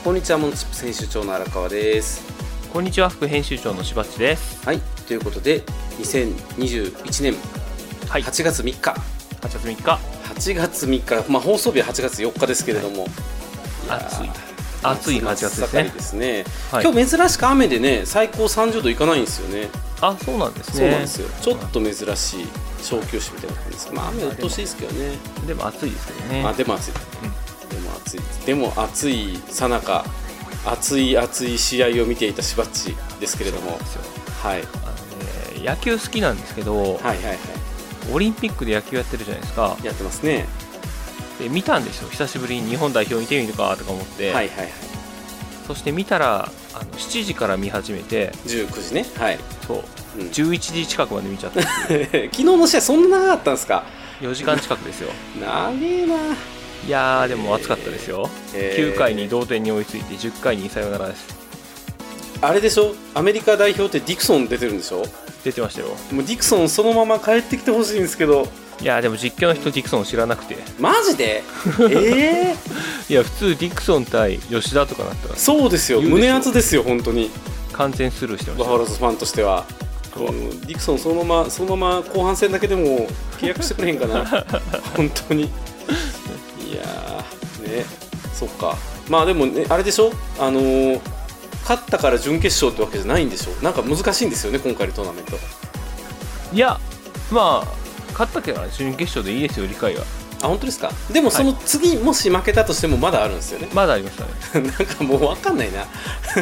こんにちは、モンチップ編集長の荒川です。 こんにちは、副編集長のしばっちです。 はい、ということで2021年8月3日、8月3日、放送日は8月4日ですけれども、 暑い8月ですね。 ですね、今日珍しく雨でね、最高30度いかないんですよね。 あ、そうなんですね。 そうなんですよ。ちょっと珍しい小休止みたいな感じです。雨はうっとうしいですけどね。 でも暑いですけどね。 でも暑い、でも暑いさなか、熱い試合を見ていたしばっちですけれども、はい、 野球好きなんですけど、オリンピックで野球やってるじゃないですか。 やってますね。 で見たんですよ、久しぶりに日本代表見てみるかとか思って、そして見たら7時から見始めて 19時ね、 そう、11時近くまで見ちゃったんですよ昨日の試合そんな長かったんですか。 4時間近くですよ長えな。 いやー、でも暑かったですよ。9回に同点に追いついて10回にサヨナラです。 あれでしょ、アメリカ代表ってディクソン出てるんでしょ。 出てましたよ。 もうディクソンそのまま帰ってきてほしいんですけど。 いやでも実況の人ディクソン知らなくて。 マジでいや普通ディクソン対吉田とかなったらそうですよ、胸熱ですよ本当に。 完全スルーしてました。 バファローズファンとしてはディクソンそのまま後半戦だけでも契約してくれへんかな本当に。いやーね、そっか。でもね、あれでしょ、勝ったから準決勝ってわけじゃないんでしょ。なんか難しいんですよね、今回のトーナメント。いや勝ったけど準決勝でいいですよ、理解は。 本当ですか。でもその次、もし負けたとしてもまだあるんですよね。 まだありましたねなんかもう分かんないな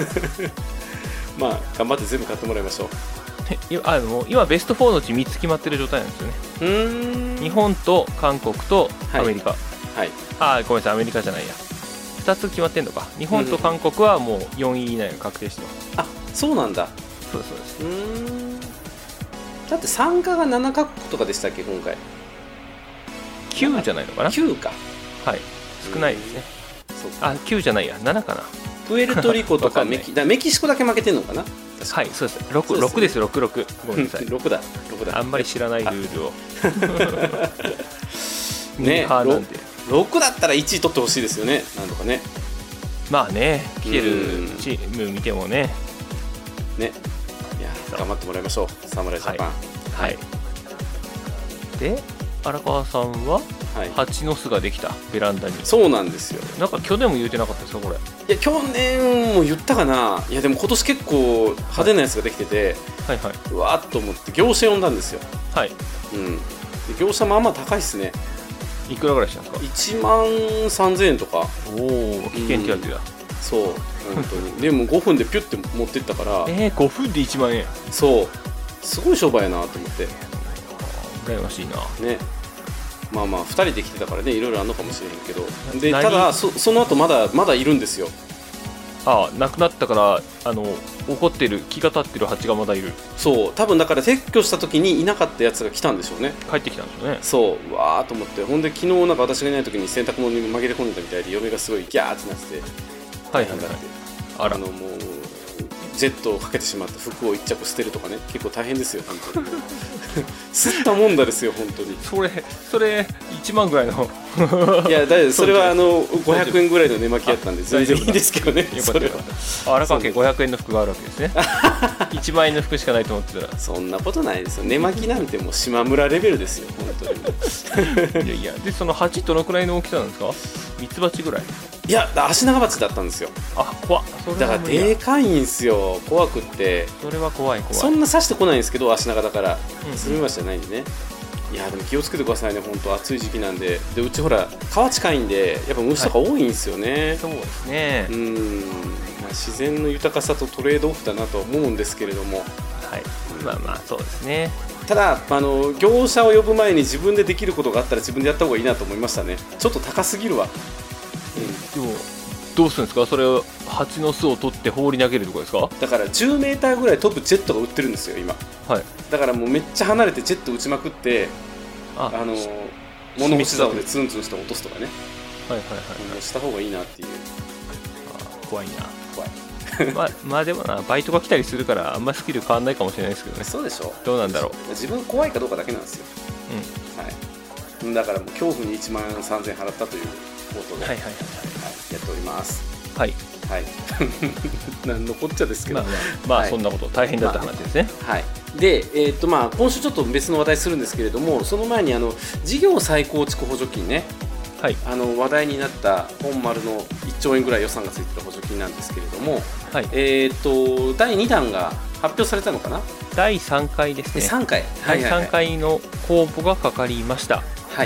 頑張って全部買ってもらいましょう。 今ベスト4のうち3つ決まってる状態なんですよね。日本と韓国とアメリカ、ごめんなさい、アメリカじゃないや、2つ決まってんのか。日本と韓国はもう4位以内が確定してます。 そうなんだ。 そうですだって参加が7カ国とかでしたっけ今回。 9じゃないのかな。 9か。 少ないですね。9じゃないや、7かな。 プエルトリコとかメキシコだけ負けてんのかな。 そうです。6ですよ、6。ごめんなさい。 6だ。 あんまり知らないルールをね、6だったら1位取ってほしいですよね、なんとかね。 来てるチーム見てもね。 いや頑張ってもらいましょう、侍ジャパン。 で、荒川さんは蜂の巣ができた、ベランダに。 そうなんですよ。 なんか去年も言うてなかったですかこれ。 いや去年も言ったかな。いやでも今年結構派手なやつができてて、うわーっと思って業者呼んだんですよ。で業者も高いっすね。 いくらぐらいしたんですか。 1万3000円とか。 危険手当だ。 そう本当にでも5分でピュッて持ってったから 5分で1万円。 そうすごい商売やなと思って。 羨ましいなね。2人で来てたからね、いろいろあるのかもしれへんけど。でただその後まだいるんですよ。 亡くなったから怒ってる、気が立ってる蜂がまだいる。 そう多分だから撤去した時にいなかったやつが来たんでしょうね。 帰ってきたんでしょうね。 そうわーと思って。ほんで昨日なんか私がいない時に洗濯物に紛れ込んでたみたいで、嫁がすごいギャーってなってて、もうジェットをかけてしまった服を1着捨てるとかね、結構大変ですよ本当に吸ったもんだですよ本当に。 それ1万ぐらいのいやだそれは500円ぐらいの値巻きやったんで全然いいですけどね。 それは荒川家500円の服があるわけですね1万円の服しかないと思ってたら。 そんなことないですよ。値巻きなんてもう島村レベルですよ本当にいやでその蜂どのくらいの大きさなんですか。ミツバチぐらい。 いやアシナガバチだったんですよ。 怖っ。 だからでかいんですよ、怖くって。 それは怖い。 そんな刺してこないんですけど、アシナガだからスズメバチじゃないんでね。いやでも気をつけてくださいね、本当暑い時期なんで。でうちほら川近いんでやっぱ虫とか多いんですよね。 そうですね。 自然の豊かさとトレードオフだなと思うんですけれども。 そうですね。 ただ業者を呼ぶ前に自分でできることがあったら自分でやった方がいいなと思いましたね。ちょっと高すぎるわ。 でもどうするんですかそれを。蜂の巣を取って放り投げるとこですか。 だから10メーターぐらい飛ぶジェットが売ってるんですよ今。だからもうめっちゃ離れてジェット打ちまくって物干し竿でツンツンして落とすとかね。した方がいいなっていう。 怖いな。でもな、バイトが来たりするからあんまりスキル変わんないかもしれないですけどね。 そうでしょ。 どうなんだろう。 自分怖いかどうかだけなんですよ。だからもう恐怖に1万3000円払ったということで、やっております。 はいはい、何のこっちゃですけど、 まあそんなこと大変だった話ですね。 はい、で、今週ちょっと別の話題するんですけれども、その前に事業再構築補助金ね、はい、話題になった本丸の1兆円ぐらい予算がついている補助金なんですけれども、はい、第2弾が発表されたのかな。 第3回ですね。 3回、 第3回の公募がかかりました。 はい、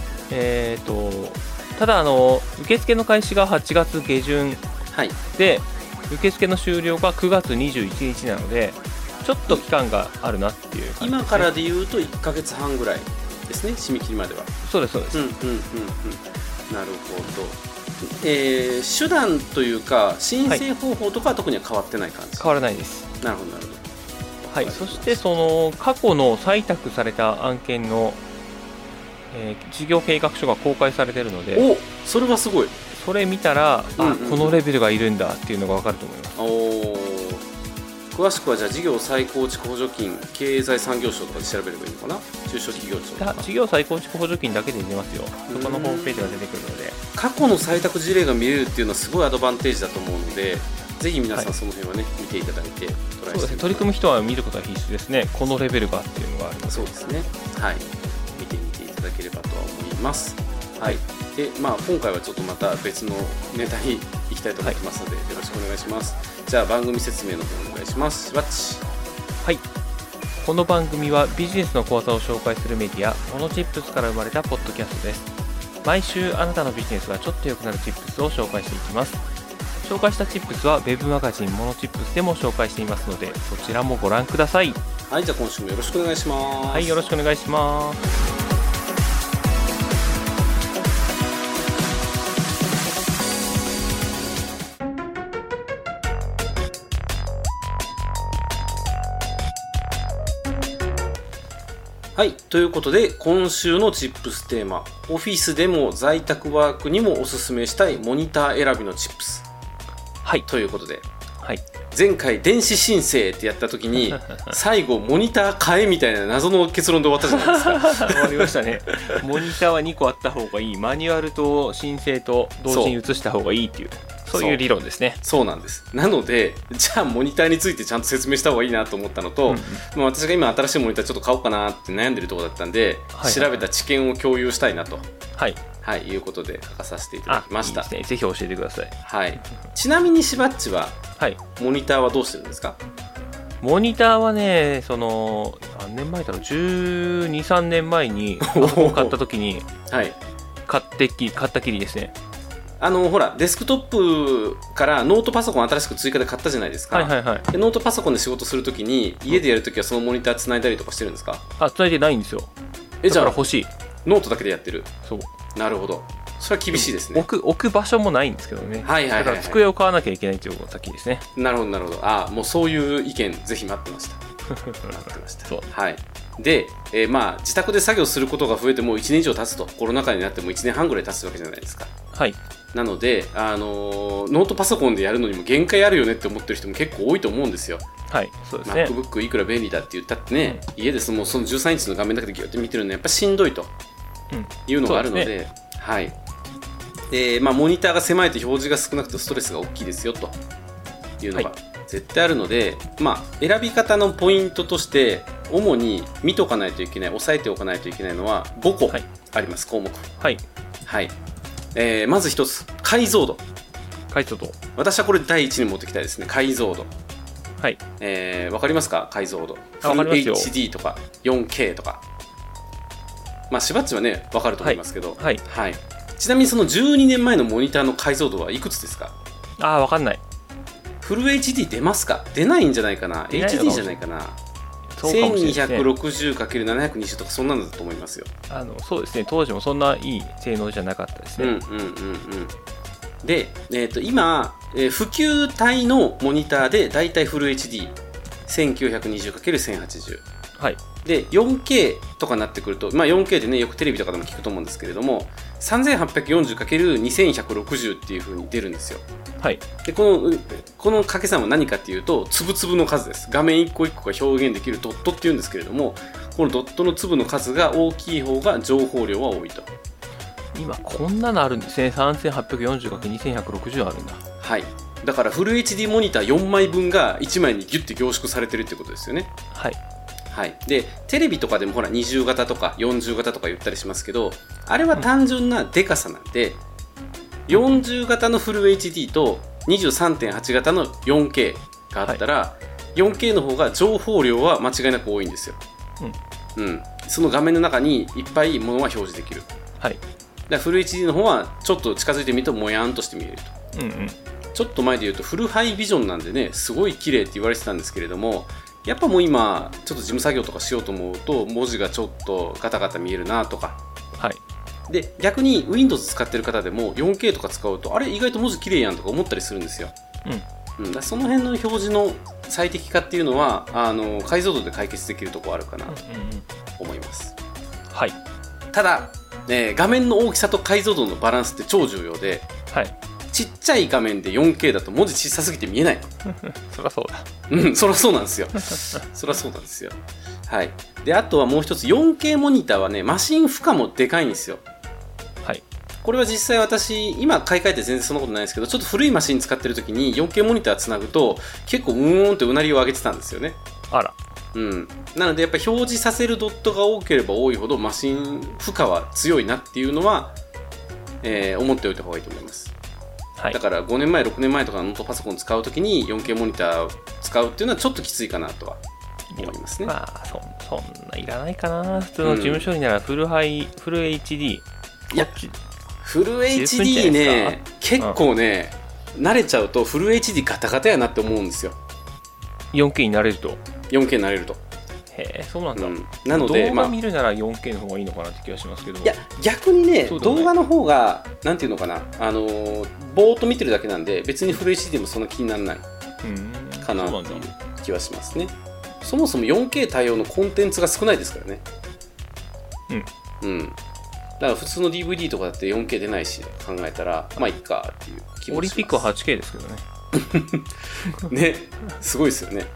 ただ受付の開始が8月下旬で、受付の終了が9月21日なので、ちょっと期間があるなっていう感じですね。 今からでいうと1ヶ月半ぐらいですね、締め切りまでは。 そうですそうです。 なるほど。手段というか申請方法とかは特には変わってない感じ。 変わらないです。 なるほどなるほど。 はい、そしてその過去の採択された案件の、事業計画書が公開されているので、 お、それはすごい。 それ見たら、このレベルがいるんだっていうのが分かると思います。 詳しくはじゃあ事業再構築補助金経済産業省とかで調べればいいのかな。中小企業庁とか。 事業再構築補助金だけで出ますよ。そこのホームページが出てくるので、 過去の採択事例が見れるっていうのはすごいアドバンテージだと思うので、ぜひ皆さんその辺はね、見ていただいて、 そうですね、取り組む人は見ることは必須ですね。このレベルがっていうのがあるので。 そうですね、はい、見てみていただければとは思います。はい、で今回はちょっとまた別のネタに行きたいと思いますので、よろしくお願いします。じゃあ番組説明の方お願いします。しばっち。 はい、この番組はビジネスの怖さを紹介するメディアモノチップスから生まれたポッドキャストです。毎週あなたのビジネスがちょっと良くなるチップスを紹介していきます。紹介したチップスはウェブマガジンモノチップスでも紹介していますので、そちらもご覧ください。 はい、じゃあ今週もよろしくお願いします。 はい、よろしくお願いします。 はい、ということで今週のチップステーマ、オフィスでも在宅ワークにもおすすめしたいモニター選びのチップス、はい、ということで、はい、前回電子申請ってやった時に最後モニター変えみたいな謎の結論で終わったじゃないですか。 終わりましたね。モニターは2個あった方がいい、マニュアルと申請と同時に移した方がいいっていう、そういう理論ですね。 そうなんです。なのでじゃあモニターについてちゃんと説明した方がいいなと思ったのと、私が今新しいモニターちょっと買おうかなって悩んでるところだったんで、調べた知見を共有したいなと、はいはい、いうことで書かさせていただきました。 いいですね、ぜひ教えてください。 はい、ちなみにしばっちは、はい、モニターはどうしてるんですか？ モニターはね、何年前だろう、12、3年前に買った時に、はい、買ったきりですね。 ほらデスクトップからノートパソコン新しく追加で買ったじゃないですか。でノートパソコンで仕事するときに家でやるときはそのモニターつないだりとかしてるんですか？ つないでないんですよ。 じゃあ欲しい。 ノートだけでやってる。 そう。 なるほど。それは厳しいですね。 置く場所もないんですけどね。だから机を買わなきゃいけないというのが先ですね。 なるほどなるほど。もうそういう意見ぜひ待ってました。待ってました。そう。はい。で、自宅で作業することが増えてもう1年以上経つと、コロナ禍になっても1年半ぐらい経つわけじゃないですか。はい。なので、ノートパソコンでやるのにも限界あるよねって思ってる人も結構多いと思うんですよ。はい、そうですね。MacBook いくら便利だって言ったってね、家でその13インチの画面だけでギュッて見てるのはやっぱしんどいというのがあるので、はい。モニターが狭いと表示が少なくてストレスが大きいですよというのが絶対あるので、選び方のポイントとして主に見とかないといけない、押さえておかないといけないのは5個あります、項目。はい。はい。まず一つ、解像度。私はこれ第一に持ってきたいですね。解像度。はい。わかりますか？解像度。HD とか 4K とか。しばっちはねわかると思いますけど。はい。はい。ちなみにその12年前のモニターの解像度はいくつですか？ わかんない。 フル HD 出ますか？出ないんじゃないかな。HD じゃないかな。1260×720 とかそんなのだと思いますよ。 そうですね、当時もそんないい性能じゃなかったですね。 で、今、普及帯のモニターでだいたいフル HD1920×1080、はい、で 4K とかになってくると、4K でねよくテレビとかでも聞くと思うんですけれども 3840×2160 っていう風に出るんですよ。はい、でこの掛け算は何かっていうと粒々の数です。画面一個一個が表現できるドットっていうんですけれども、このドットの粒の数が大きい方が情報量は多いと。 今こんなのあるんですね。 3840×2160 あるんだ。 はい、だからフル HD モニター4枚分が1枚にギュッて凝縮されてるってことですよね。 はい、 はい、でテレビとかでもほら20型とか40型とか言ったりしますけど、あれは単純なでかさなんで、40型のフル HD と 23.8 型の 4K があったら、はい、4K の方が情報量は間違いなく多いんですよ。その画面の中にいっぱいものは表示できる。はい、だフル HD の方はちょっと近づいてみるともやんとして見えると。ちょっと前で言うとフルハイビジョンなんでね、すごい綺麗って言われてたんですけれども、やっぱもう今ちょっと事務作業とかしようと思うと文字がちょっとガタガタ見えるなとか、はい、で逆に Windows 使ってる方でも 4K とか使うとあれ意外と文字綺麗やんとか思ったりするんですよ。だその辺の表示の最適化っていうのは解像度で解決できるところあるかなと思います。はい、ただ、画面の大きさと解像度のバランスって超重要で、はい、ちっちゃい画面で 4K だと文字小さすぎて見えないそりゃそうだ。 そりゃそうなんですよそりゃそうなんですよ。はい、であとはもう一つ 4K モニターはね、マシン負荷もでかいんですよ。はい、これは実際私今買い替えて全然そんなことないんですけど、ちょっと古いマシン使ってる時に 4K モニターつなぐと結構ってうなりを上げてたんですよね。あら。なのでやっぱ表示させるドットが多ければ多いほどマシン負荷は強いなっていうのは、思っておいた方がいいと思います。はい、だから5年前6年前とかのノートパソコン使うときに 4K モニターを使うっていうのはちょっときついかなとは思いますね。 まあそんないらないかな。普通の事務処理ならフル HD、いやフル HD ね結構ね、慣れちゃうとフル HD ガタガタやなって思うんですよ。 4K になれると。 4K になれると。へえ、そうなんだ。 なので動画見るなら 4K の方がいいのかなって気がしますけど、 いや逆にね動画の方がなんていうのかな、ぼーっと見てるだけなんで別にフル HD でもそんな気にならないかなっていう気はしますね。そもそも 4K 対応のコンテンツが少ないですからね。だから普通の DVD とかだって 4K 出ないし考えたらまあいっかっていう気もします。 オリンピックは 8K ですけどねね、すごいですよね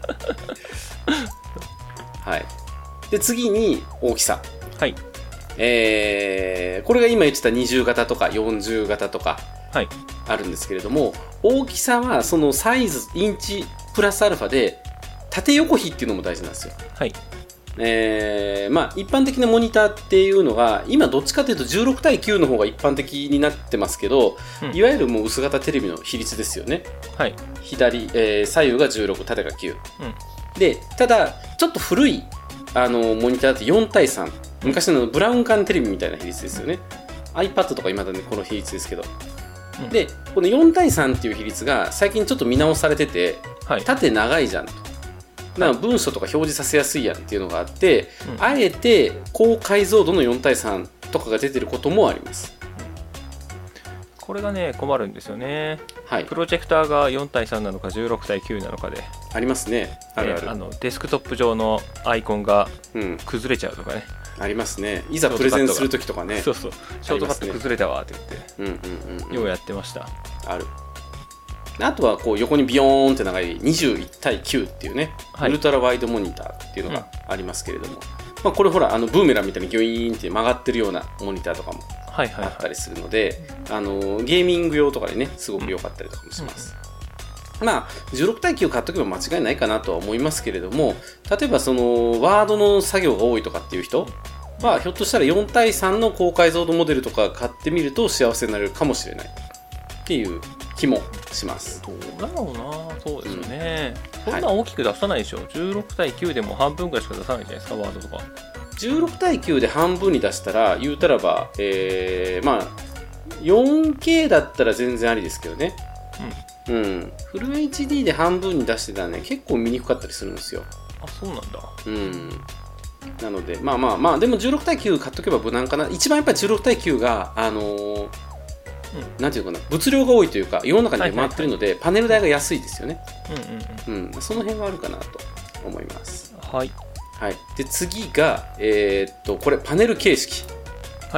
はい、で次に大きさ。はい、これが今言ってた20型とか40型とかあるんですけれども、大きさはそのサイズインチプラスアルファで縦横比っていうのも大事なんですよ。はい、まあ一般的なモニターっていうのが今どっちかというと16対9の方が一般的になってますけど、いわゆるもう薄型テレビの比率ですよね。はい、左、左右が16、縦が9、でただちょっと古いモニターだと4対3、昔のブラウン管テレビみたいな比率ですよね。 iPad とか今だねこの比率ですけど、でこの4対3っていう比率が最近ちょっと見直されてて、縦長いじゃんと、だから文書とか表示させやすいやんっていうのがあって、あえて高解像度の4対3とかが出てることもあります。 これがね困るんですよね。はい、プロジェクターが4対3なのか16対9なのかでありますね。あるある。 デスクトップ上のアイコンが崩れちゃうとかね、 ありますね。いざプレゼンするときとかね。 そうそう、ショートカット崩れたわって言って、ようやってました。 ある。あとはこう横にビヨーンって長い21対9っていうね、ウルトラワイドモニターっていうのがありますけれども、まあ、これほらブーメランみたいにギョイーンって曲がってるようなモニターとかもあったりするので、ゲーミング用とかでねすごく良かったりとかもします。まあ16対9買っとけば間違いないかなとは思いますけれども、例えばそのワードの作業が多いとかっていう人はひょっとしたら4対3の高解像度モデルとか買ってみると幸せになれるかもしれないっていう気もします。 どうだろうな。そうですよね、そんな大きく出さないでしょ、16対9でも半分ぐらいしか出さないじゃないですかワードとか。 16対9で半分に出したら言うたらば、まあ 4K だったら全然ありですけどね、フル HD で半分に出してたらね結構見にくかったりするんですよ。 あ、そうなんだ。 なのでまあまあまあでも16対9買っとけば無難かな。一番やっぱり16対9がなんていうかな、物量が多いというか世の中に出回ってるので、パネル代が安いですよね。その辺はあるかなと思います。はい、はい、で次が、これパネル形式、はい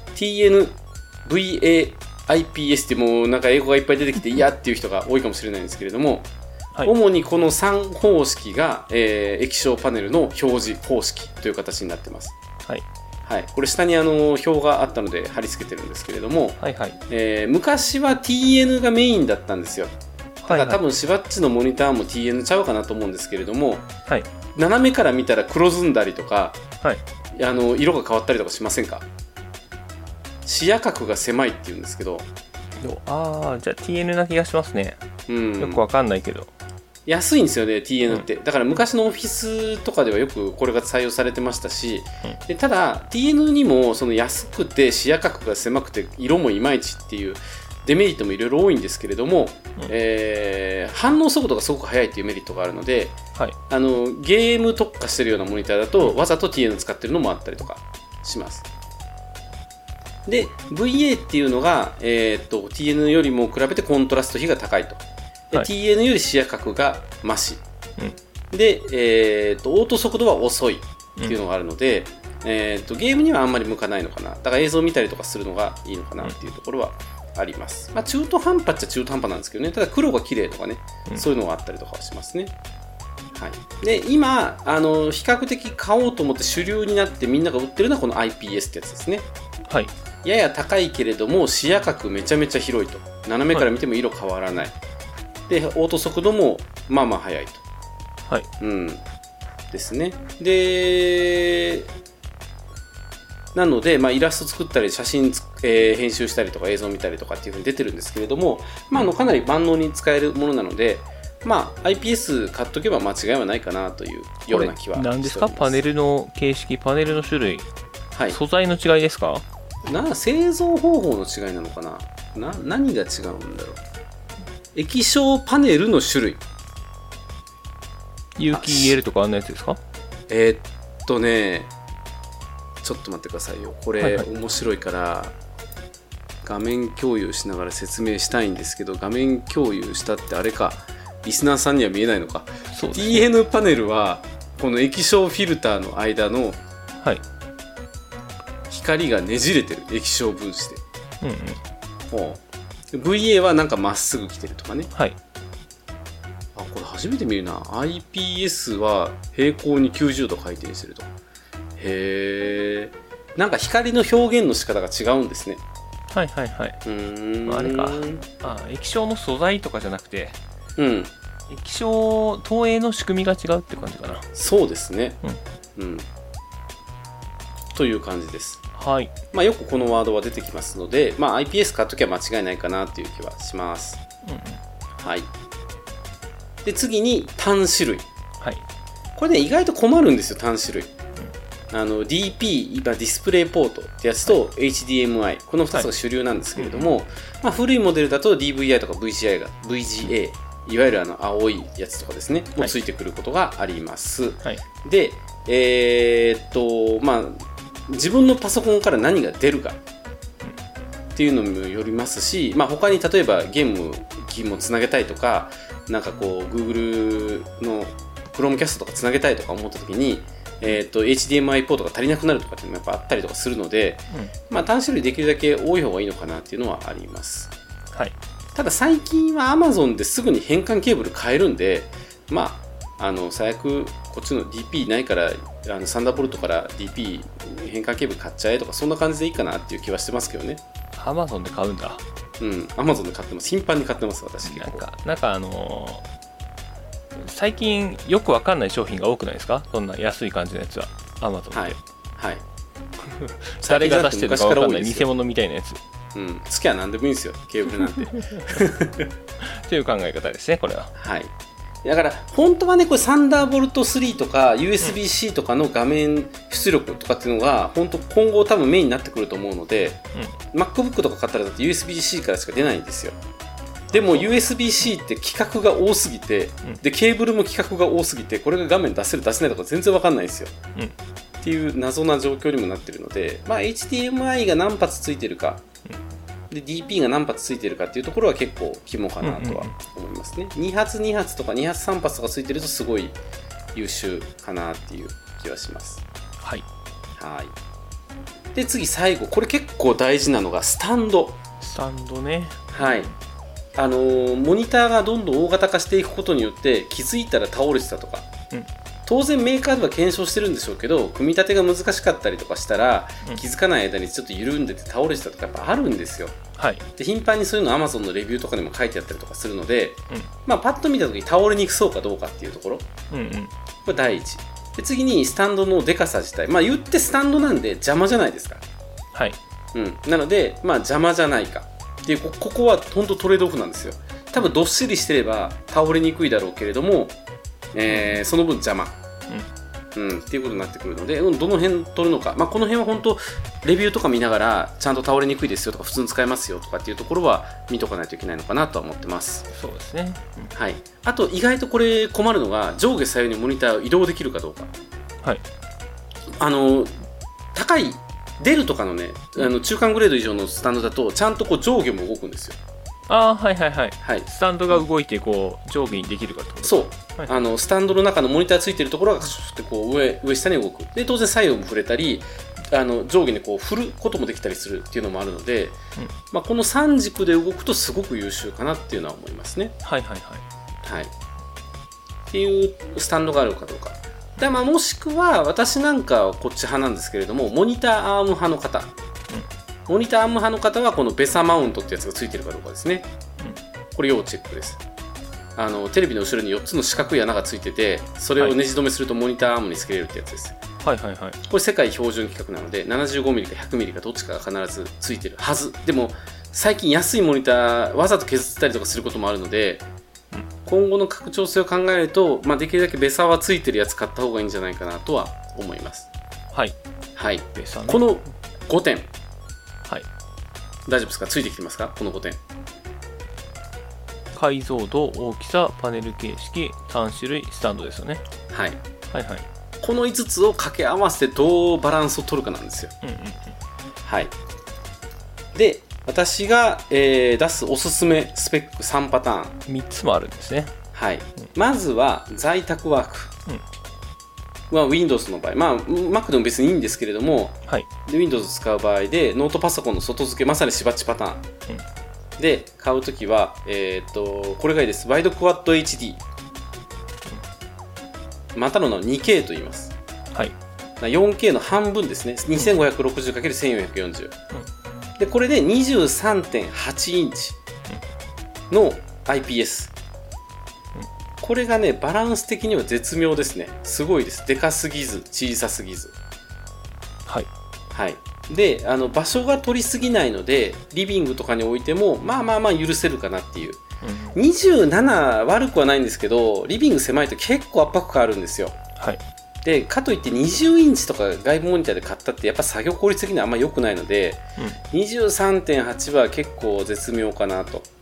、TNVAIPS ってもうなんか英語がいっぱい出てきて嫌っていう人が多いかもしれないんですけれども、はい、主にこの3方式が、液晶パネルの表示方式という形になってます。はいはい、これ下に表があったので貼り付けてるんですけれども、 はいはい、 昔は TN がメインだったんですよ。だから多分しばっちのモニターも TN ちゃうかなと思うんですけれども、はい、斜めから見たら黒ずんだりとか、はい、色が変わったりとかしませんか？視野角が狭いっていうんですけど。 ああ、じゃあ TN な気がしますね。よくわかんないけど安いんですよね TN って、だから昔のオフィスとかではよくこれが採用されてましたし、でただ TN にもその安くて視野角が狭くて色もいまいちっていうデメリットもいろいろ多いんですけれども、反応速度がすごく速いっていうメリットがあるので、はい、ゲーム特化してるようなモニターだとわざと TN 使ってるのもあったりとかします。で VA っていうのが、TN よりも比べてコントラスト比が高いと。で、はい、TN より視野角が増し、で、オート速度は遅いっていうのがあるので、ゲームにはあんまり向かないのかな。だから映像を見たりとかするのがいいのかなっていうところはあります。まあ、中途半端っちゃ中途半端なんですけどね。ただ黒が綺麗とかね、そういうのがあったりとかはしますね。はい、で今比較的買おうと思って主流になってみんなが売ってるのはこの IPS ってやつですね。はい、やや高いけれども視野角めちゃめちゃ広いと。斜めから見ても色変わらない、はい、でオート速度もまあまあ速いと、はい、ですね。でなので、イラスト作ったり写真、編集したりとか映像を見たりとかっていう風に出てるんですけれども、かなり万能に使えるものなので、IPS 買っとけば間違いはないかなというような気はしております。 何ですか？パネルの形式、パネルの種類、はい、素材の違いですか？ 製造方法の違いなのかな。何が違うんだろう。液晶パネルの種類。 有機 EL とかあんなやつですか？ ちょっと待ってくださいよ。これ、面白いから画面共有しながら説明したいんですけど、画面共有したってあれか、リスナーさんには見えないのか。そうですね、TN パネルはこの液晶フィルターの間の光がねじれてる、液晶分子で、VA はなんかまっすぐ来てるとかね、はい、これ初めて見るな。 IPS は平行に90度回転してると。へー、なんか光の表現の仕方が違うんですね。 はいはいはい。あれか、液晶の素材とかじゃなくて、液晶投影の仕組みが違うって感じかな。 そうですね、という感じです。はい。よくこのワードは出てきますので、IPS 買っときゃ間違いないかなっていう気はします。はい。で次に端子類。はい。これね意外と困るんですよ、端子類。DP、今ディスプレイポートってやつと HDMI、この2つが主流なんですけれども、古いモデルだと DVI とか VGA、いわゆる青いやつとかですね、もついてくることがあります。はい、で、自分のパソコンから何が出るかっていうのにもよりますし、他に例えばゲーム機もつなげたいとか、なんかこう Google の Chromecast とかつなげたいとか思った時に、HDMI ポートが足りなくなるとかっていうのもやっぱあったりとかするので、端子類できるだけ多い方がいいのかなっていうのはあります。はい、ただ最近は Amazon ですぐに変換ケーブル買えるんで、最悪こっちの DP ないからサンダーボルトから DP 変換ケーブル買っちゃえとか、そんな感じでいいかなっていう気はしてますけどね。 Amazon で買うんだ。 Amazon で買ってます。頻繁に買ってます私。結構なんか最近よくわかんない商品が多くないですか？そんな安い感じのやつは Amazon で。はい、はい、誰が出してるかわかんない偽物みたいなやつ。 好きは何でもいいんですよ、ケーブルなんてという考え方ですね、これは。 はい。だから本当はね、これサンダーボルト3とか USB-C とかの画面出力とかっていうのが本当今後多分メインになってくると思うので、MacBook とか買ったらだって USB-C からしか出ないんですよ。でも USB-C って規格が多すぎて、でケーブルも規格が多すぎて、これが画面出せる出せないとか全然分かんないんですよ、っていう謎な状況にもなってるので、HDMI が何発ついてるか、で DP が何発ついてるかっていうところは結構肝かなとは思いますね。2発2発とか2発3発とかついてるとすごい優秀かなっていう気はします。はい。はい。で次最後、これ結構大事なのがスタンド。 スタンドね。 はい。モニターがどんどん大型化していくことによって気づいたら倒れてたとか、 当然メーカーでは検証してるんでしょうけど、組み立てが難しかったりとかしたら、気づかない間にちょっと緩んでて倒れてたとかやっぱあるんですよ。 はい、 で頻繁にそういうの Amazon のレビューとかにも書いてあったりとかするので、パッと見た時に倒れにくそうかどうかっていうところ、これ第一で、次にスタンドのでかさ自体、言ってスタンドなんで邪魔じゃないですか。 はい、 なので邪魔じゃないかっていう、ここは本当トレードオフなんですよ。多分どっしりしてれば倒れにくいだろうけれども、その分邪魔、っていうことになってくるので、どの辺取るのか、この辺は本当レビューとか見ながらちゃんと倒れにくいですよとか普通に使えますよとかっていうところは見とかないといけないのかなとは思ってます。 そうですね、 はい、あと意外とこれ困るのが上下左右にモニターを移動できるかどうか。 はい、 高いデルとかのね、中間グレード以上のスタンドだとちゃんとこう上下も動くんですよ。 はい、スタンドが動いてこう上下にできるかってこと。 そう、スタンドの中のモニターついてるところがこう上下に動く。で当然左右も触れたり上下にこう振ることもできたりするっていうのもあるので、この3軸で動くとすごく優秀かなっていうのは思いますね。はい、っていうスタンドがあるかどうかで、もしくは私なんかはこっち派なんですけれども、モニターアーム派の方、モニターアーム派の方はこのベサマウントってやつがついてるかどうかですね。これ要チェックです。テレビの後ろに4つの四角い穴がついてて、それをネジ止めするとモニターアームにつけれるってやつです。これ世界標準規格なので 75mm か 100mm かどっちかが必ずついてるはず。でも最近安いモニターわざと削ったりとかすることもあるので、今後の拡張性を考えると、できるだけベサはついてるやつ買った方がいいんじゃないかなとは思います。はい、ベサね、この5点、大丈夫ですか？ついてきてますか？この5点。 解像度、大きさ、パネル形式、3種類、スタンドですよね。 この5つを掛け合わせてどうバランスを取るかなんですよ。で私が、出すおすすめスペック3パターン、 3つもあるんですね。 まずは在宅ワーク、Windows の場合、Mac でも別にいいんですけれども、で Windows 使う場合でノートパソコンの外付け、まさにしばっちパターン、で買うときは、これがいいです。ワイドクワッド HD、またの名を 2K と言います。4K の半分ですね。 2560×1440、でこれで 23.8 インチの IPS、これがねバランス的には絶妙ですね。すごいです。でかすぎず小さすぎず。で場所が取りすぎないのでリビングとかに置いても許せるかなっていう、27悪くはないんですけど、リビング狭いと結構圧迫感あるんですよ。でかといって20インチとか外部モニターで買ったってやっぱ作業効率的にはあんま良くないので、23.8 は結構絶妙かなと。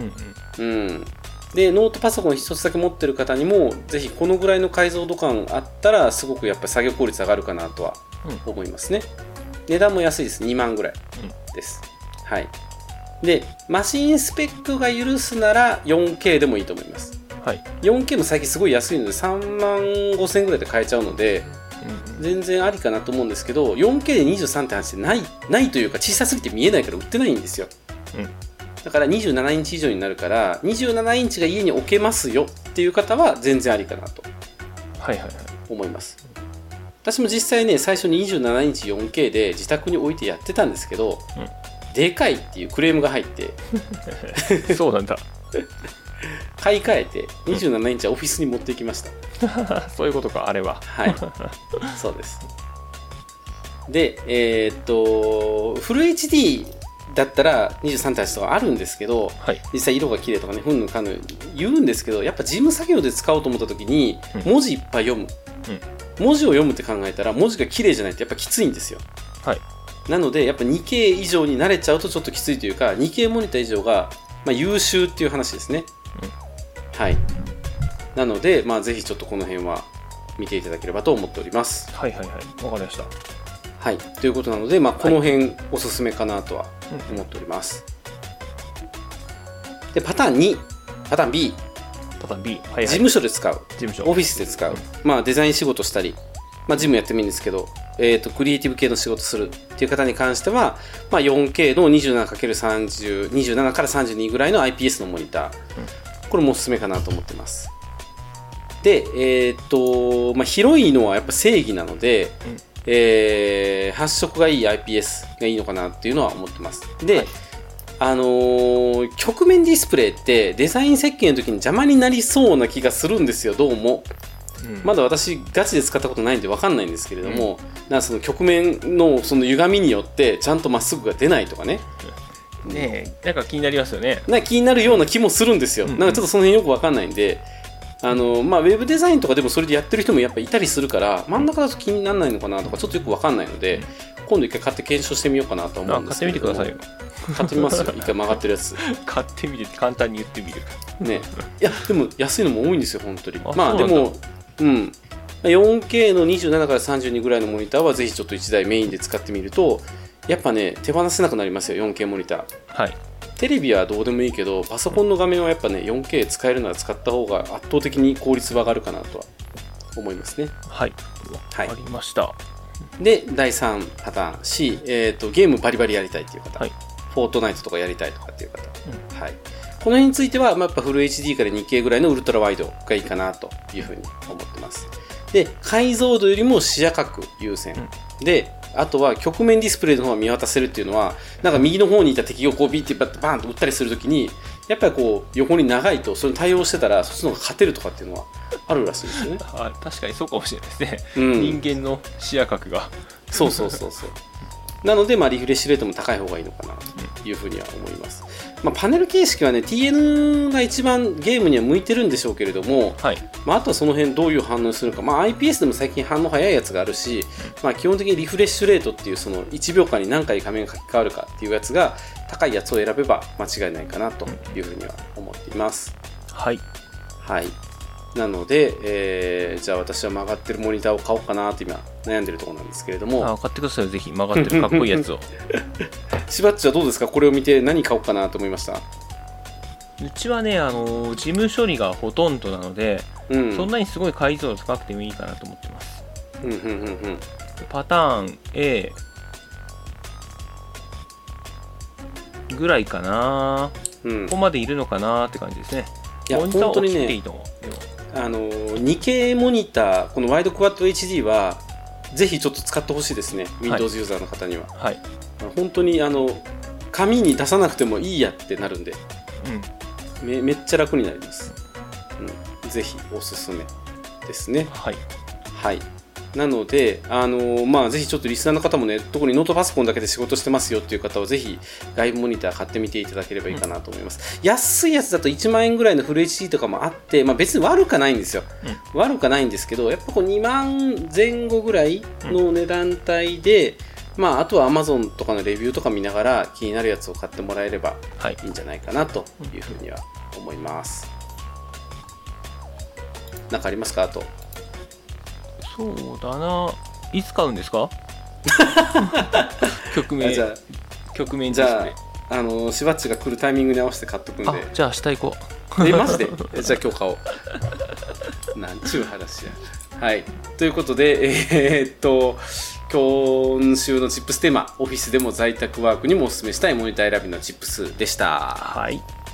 でノートパソコン一つだけ持ってる方にもぜひこのぐらいの解像度感あったらすごくやっぱり作業効率上がるかなとは思いますね。値段も安いです。2万ぐらいです。でマシンスペックが許すなら 4K でもいいと思います。4K も最近すごい安いので3万5千円ぐらいで買えちゃうので、全然ありかなと思うんですけど、 4K で 23.8 ってないというか小さすぎて見えないから売ってないんですよ。だから27インチ以上になるから27インチが家に置けますよっていう方は全然ありかなと思います。私も実際ね最初に27インチ 4K で自宅に置いてやってたんですけど、でかいっていうクレームが入ってそうなんだ買い替えて27インチはオフィスに持っていきました。 そういうことか、あれは。 そうです。でフル HD だったら 23.8 とかあるんですけど、実際色が綺麗とかねふんぬんかんぬん言うんですけど、やっぱ事務作業で使おうと思った時に文字いっぱい読む、文字を読むって考えたら文字が綺麗じゃないとやっぱきついんですよ。なのでやっぱ 2K 以上に慣れちゃうとちょっときついというか、 2K モニター以上が優秀っていう話ですね。なのでぜひちょっとこの辺は見ていただければと思っております。 わかりました。 ということなので、この辺おすすめかなとは思っております。でパターン2、パターン B、事務所で使う、オフィスで使う、デザイン仕事したり、事務やってもいいんですけど、クリエイティブ系の仕事するっていう方に関しては、4K の 27×30、27から32ぐらいの IPS のモニター、これもおすすめかなと思ってます。 で、広いのはやっぱ正義なので、発色がいい IPS がいいのかなっていうのは思ってます。で、曲面ディスプレイってデザイン設計の時に邪魔になりそうな気がするんですよ、どうも。まだ私ガチで使ったことないんで分かんないんですけれども、なんかその曲面のその歪みによってちゃんとまっすぐが出ないとかね。 ねえ、なんか気になりますよね。 なんか気になるような気もするんですよ。なんかちょっとその辺よく分かんないんで、ウェブデザインとかでもそれでやってる人もやっぱいたりするから、真ん中だと気にならないのかなとかちょっとよく分かんないので、今度一回買って検証してみようかなと思うんですけど。 買ってみてくださいよ。 買ってみますよ、一回曲がってるやつ。 買ってみてって簡単に言ってみるね。いやでも安いのも多いんですよ本当に。まあでも4K の27から32ぐらいのモニターはぜひちょっと1台メインで使ってみると、やっぱね手放せなくなりますよ 4K モニター。 はい。 テレビはどうでもいいけど、パソコンの画面はやっぱね 4K 使えるなら使った方が圧倒的に効率は上がるかなとは思いますね。 はい。わかりました。 で第3パターン C、ゲームバリバリやりたいっていう方、フォートナイトとかやりたいとかっていう方、はい、この辺については、やっぱフル HD から 2K ぐらいのウルトラワイドがいいかなというふうに思ってます。で解像度よりも視野角優先、であとは曲面ディスプレイの方が見渡せるっていうのは、なんか右の方にいた敵をこうビッてバーンと撃ったりするときに、やっぱりこう横に長いとそれに対応してたらそっちの方が勝てるとかっていうのはあるらしいですよね。 確かにそうかもしれないですね、人間の視野角がそうなので、リフレッシュレートも高い方がいいのかなというふうには思います。パネル形式はね TN が一番ゲームには向いてるんでしょうけれども、あとはその辺どういう反応するか、IPS でも最近反応早いやつがあるし、基本的にリフレッシュレートっていうその1秒間に何回画面が書き換わるかっていうやつが高いやつを選べば間違いないかなというふうには思っています。はいなので、じゃあ私は曲がってるモニターを買おうかなと今悩んでるところなんですけれども。 買ってくださいよ、ぜひ曲がってるかっこいいやつをしばっちはどうですか、これを見て何買おうかなと思いました？ うちはね、事務処理がほとんどなので、そんなにすごい解像度高くてもいいかなと思ってます。パターン A ぐらいかな、ここまでいるのかなって感じですね。 いやモニターを本当にね、 切っていいと思う。 2K モニター、このワイドクワッド HD はぜひちょっと使ってほしいですね、Windows ユーザーの方には。本当に紙に出さなくてもいいやってなるんで、めっちゃ楽になります。ぜひおすすめですね。なので、ぜひちょっとリスナーの方もね、特にノートパソコンだけで仕事してますよっていう方はぜひ外部モニター買ってみていただければいいかなと思います。安いやつだと1万円ぐらいのフル HD とかもあって、別に悪くはないんですよ。悪くはないんですけど、やっぱこう2万前後ぐらいの値段帯で、あとは Amazon とかのレビューとか見ながら気になるやつを買ってもらえればいいんじゃないかなというふうには思います。なんかありますか？あとそうだな、いつ買うんですか？曲面じゃあしばっちが来るタイミングに合わせて買っとくんで。 じゃあ明日行こう。マジで？じゃあ今日買おう。なんちゅう話や。ということで今週のチップステーマ、オフィスでも在宅ワークにもおすすめしたいモニター選びのチップスでした。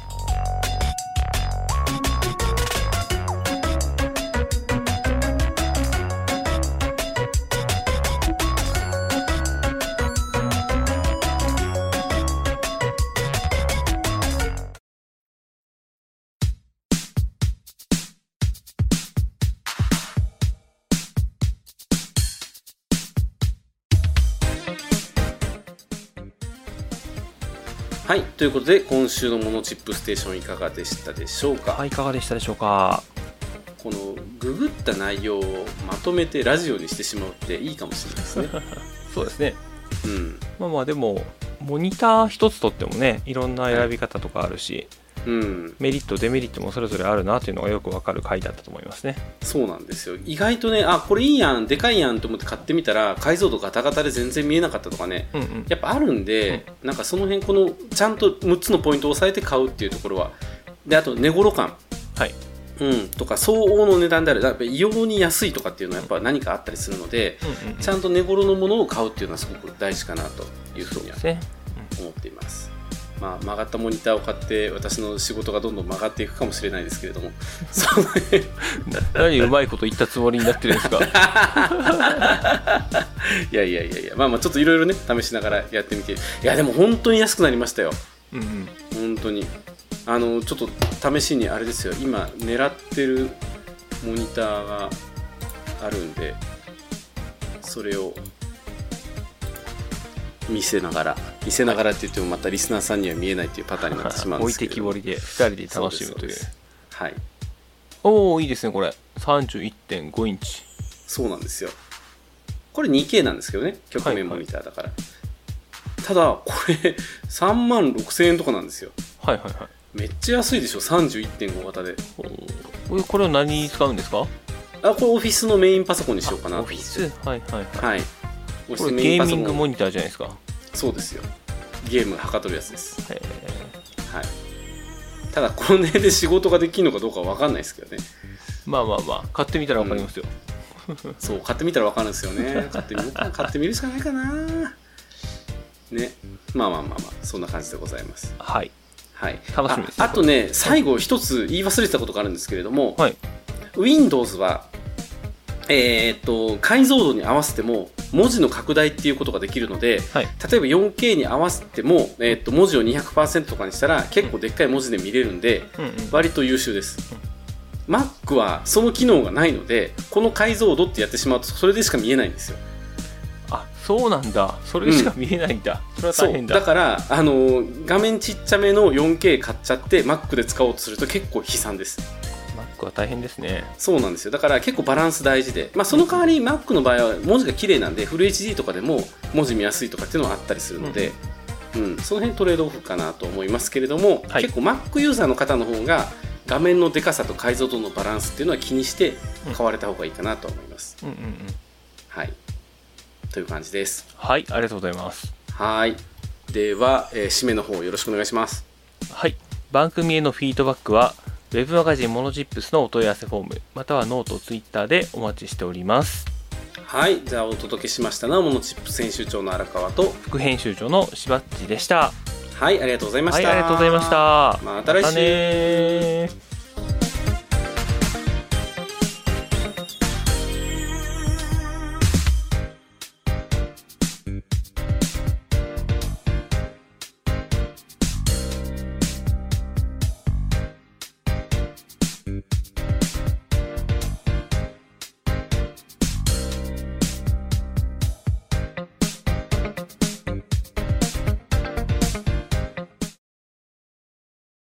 ということで今週のモノチップステーションいかがでしたでしょうか？ いかがでしたでしょうか？ このググった内容をまとめてラジオにしてしまうっていいかもしれないですね。 そうですね。でもモニター一つとってもね、いろんな選び方とかあるし、メリットデメリットもそれぞれあるなっていうのがよく分かる回だったと思いますね。 そうなんですよ。意外とね、これいいやん、でかいやんと思って買ってみたら解像度ガタガタで全然見えなかったとかね、やっぱあるんで、なんかその辺ちゃんと6つのポイントを押さえて買うっていうところは、であと値頃感、とか相応の値段である、やっぱ異様に安いとかっていうのはやっぱ何かあったりするので、ちゃんと値頃のものを買うっていうのはすごく大事かなというふうには思っています。 まあ、曲がったモニターを買って私の仕事がどんどん曲がっていくかもしれないですけれども何うまいこと言ったつもりになってるんですかいやまあちょっといろいろね試しながらやってみて、いやでも本当に安くなりましたよ。本当にちょっと試しにあれですよ、今狙ってるモニターがあるんで、それを見せながらって言ってもまたリスナーさんには見えないというパターンになってしまうんですけど置いてきぼりで2人で楽しむという。 はい。 おお、いいですねこれ 31.5 インチ。 そうなんですよ。これ 2K なんですけどね、曲面モニターだから、ただこれ36,000円とかなんですよ。めっちゃ安いでしょ、31.5 型で。 これを何に使うんですか？ これオフィスのメインパソコンにしようかなと。 オフィス、はい。 これゲーミングモニターじゃないですか。 そうですよ、ゲームはかどるやつです。ただこの値で仕事ができるのかどうかは分かんないですけどね。まあ買ってみたら分かりますよ、 そう買ってみたら分かるんですよね。買ってみるしかないかなね。まあそんな感じでございます。 楽しみです。 あとね、最後一つ言い忘れてたことがあるんですけれども、Windows は解像度に合わせても文字の拡大っていうことができるので、例えば 4K に合わせても、文字を 200% とかにしたら結構でっかい文字で見れるんで、割と優秀です。Mac はその機能がないので、この解像度ってやってしまうとそれでしか見えないんですよ。 そうなんだ、それしか見えないんだ、それは大変だ。 だから画面ちっちゃめの 4K 買っちゃって Mac で使おうとすると結構悲惨です。 Mac は大変ですね。 そうなんですよ。だから結構バランス大事で、その代わり Mac の場合は文字が綺麗なんでフル HD とかでも文字見やすいとかっていうのはあったりするので、その辺トレードオフかなと思いますけれども、結構 Mac ユーザーの方の方が画面のでかさと解像度のバランスっていうのは気にして買われた方がいいかなと思います。という感じです。 ありがとうございます。 では、締めの方よろしくお願いします。 番組へのフィードバックはウェブマガジンモノチップスのお問い合わせフォームまたはノート、ツイッターでお待ちしております。 じゃあお届けしましたのはモノチップス編集長の荒川と副編集長のしばっちでした。 ありがとうございました。 ありがとうございました。 また来週。